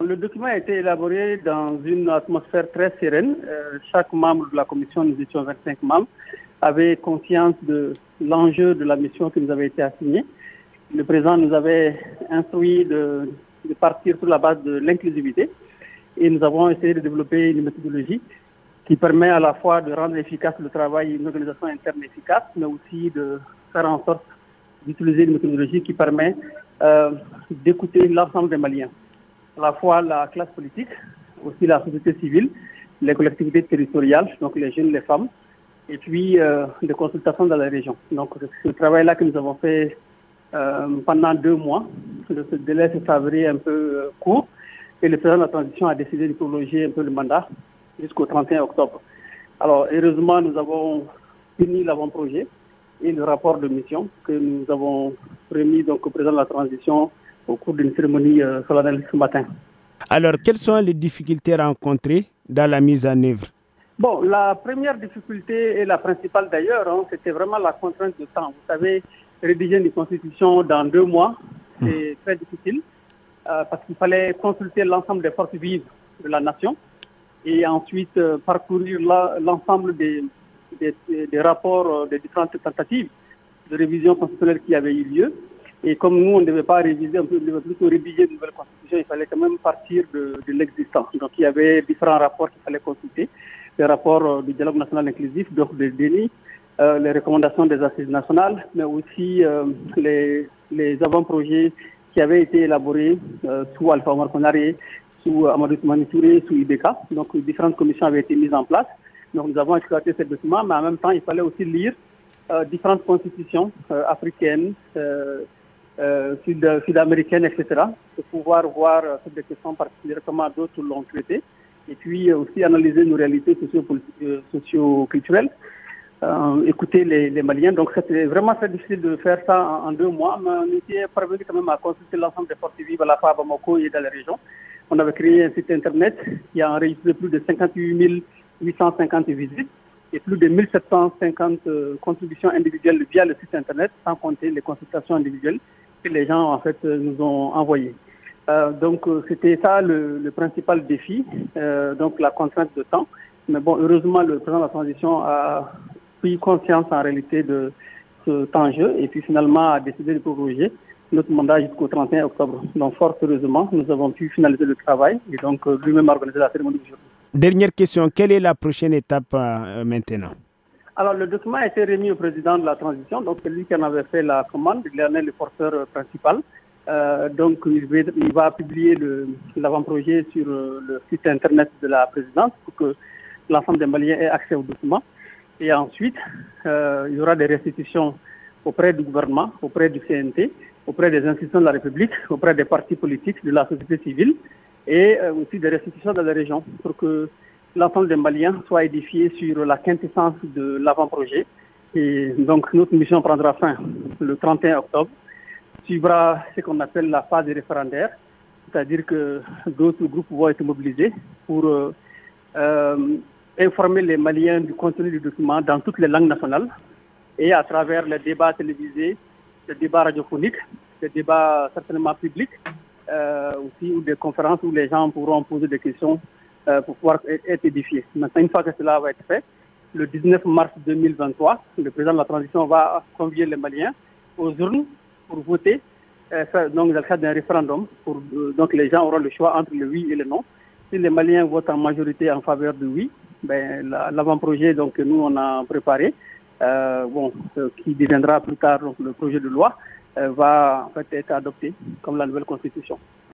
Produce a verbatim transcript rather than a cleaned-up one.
le document a été élaboré dans une atmosphère très sereine. Euh, chaque membre de la commission, nous étions vingt-cinq membres, avait conscience de l'enjeu de la mission qui nous avait été assignée. Le président nous avait instruit de, de partir sur la base de l'inclusivité et nous avons essayé de développer une méthodologie qui permet à la fois de rendre efficace le travail, une organisation interne efficace, mais aussi de faire en sorte d'utiliser une méthodologie qui permet euh, d'écouter l'ensemble des Maliens, à la fois la classe politique, aussi la société civile, les collectivités territoriales, donc les jeunes, les femmes, et puis euh, des consultations dans la région. Donc ce travail-là que nous avons fait euh, pendant deux mois, ce délai s'est avéré un peu euh, court, et le président de la transition a décidé de prolonger un peu le mandat jusqu'au trente et un octobre. Alors heureusement, nous avons fini l'avant-projet et le rapport de mission que nous avons remis donc, au président de la transition au cours d'une cérémonie euh, solennelle ce matin. Alors, quelles sont les difficultés rencontrées dans la mise en œuvre? Bon, la première difficulté et la principale d'ailleurs, hein, c'était vraiment la contrainte de temps. Vous savez, rédiger une constitution dans deux mois, c'est mmh. très difficile euh, parce qu'il fallait consulter l'ensemble des forces vives de la nation et ensuite euh, parcourir la, l'ensemble des, des, des rapports euh, des différentes tentatives de révision constitutionnelle qui avaient eu lieu. Et comme nous, on ne devait pas réviser, on devait plutôt rédiger une nouvelle constitution, il fallait quand même partir de, de l'existant. Donc il y avait différents rapports qu'il fallait consulter. Les rapports euh, du dialogue national inclusif, donc des dénis, euh, les recommandations des assises nationales, mais aussi euh, les, les avant-projets qui avaient été élaborés euh, sous Alpha Omar Konaré, sous Amadou Toumani Touré, sous I B K. Donc différentes commissions avaient été mises en place. Donc nous avons exploité ces documents, mais en même temps, il fallait aussi lire euh, différentes constitutions euh, africaines, euh, euh, sud, sud-américaines, et cetera, pour pouvoir voir euh, sur des questions particulières, comment d'autres l'ont traité, et puis euh, aussi analyser nos réalités socio- socio-culturelles, euh, écouter les, les Maliens. Donc c'était vraiment très difficile de faire ça en, en deux mois, mais on était parvenu quand même à consulter l'ensemble des forces vives à la fois à Bamako et dans la région. On avait créé un site internet qui a enregistré plus de cinquante-huit mille huit cent cinquante visites et plus de mille sept cent cinquante euh, contributions individuelles via le site internet, sans compter les consultations individuelles que les gens en fait nous ont envoyées. Euh, donc euh, c'était ça le, le principal défi, euh, donc la contrainte de temps. Mais bon, heureusement le président de la transition a pris conscience en réalité de cet enjeu et puis finalement a décidé de proroger notre mandat jusqu'au trente et un octobre. Donc fort heureusement, nous avons pu finaliser le travail et donc euh, lui-même organiser la cérémonie d'aujourd'hui. Dernière question, quelle est la prochaine étape euh, maintenant? Alors le document a été remis au président de la transition, donc c'est lui qui en avait fait la commande, il en est le porteur euh, principal. Euh, donc il va, il va publier le, l'avant-projet sur euh, le site internet de la présidence pour que l'ensemble des Maliens ait accès au document. Et ensuite, euh, il y aura des restitutions auprès du gouvernement, auprès du C N T, auprès des institutions de la République, auprès des partis politiques, de la société civile et euh, aussi des restitutions dans la région pour que l'ensemble des Maliens soit édifié sur la quintessence de l'avant-projet. Et donc notre mission prendra fin le trente et un octobre. Suivra ce qu'on appelle la phase référendaire, c'est-à-dire que d'autres groupes vont être mobilisés pour euh, euh, informer les Maliens du contenu du document dans toutes les langues nationales et à travers les débats télévisés, les débats radiophoniques, les débats certainement publics, euh, aussi ou des conférences où les gens pourront poser des questions euh, pour pouvoir être édifiés. Maintenant, une fois que cela va être fait, le dix-neuf mars deux mille vingt-trois, le président de la transition va convier les Maliens aux urnes pour voter, euh, donc dans le cadre d'un référendum. Pour, euh, donc les gens auront le choix entre le oui et le non. Si les Maliens votent en majorité en faveur du oui, ben, la, l'avant-projet donc, que nous on a préparé, euh, bon, euh, qui deviendra plus tard donc, le projet de loi, euh, va en fait être adopté comme la nouvelle constitution.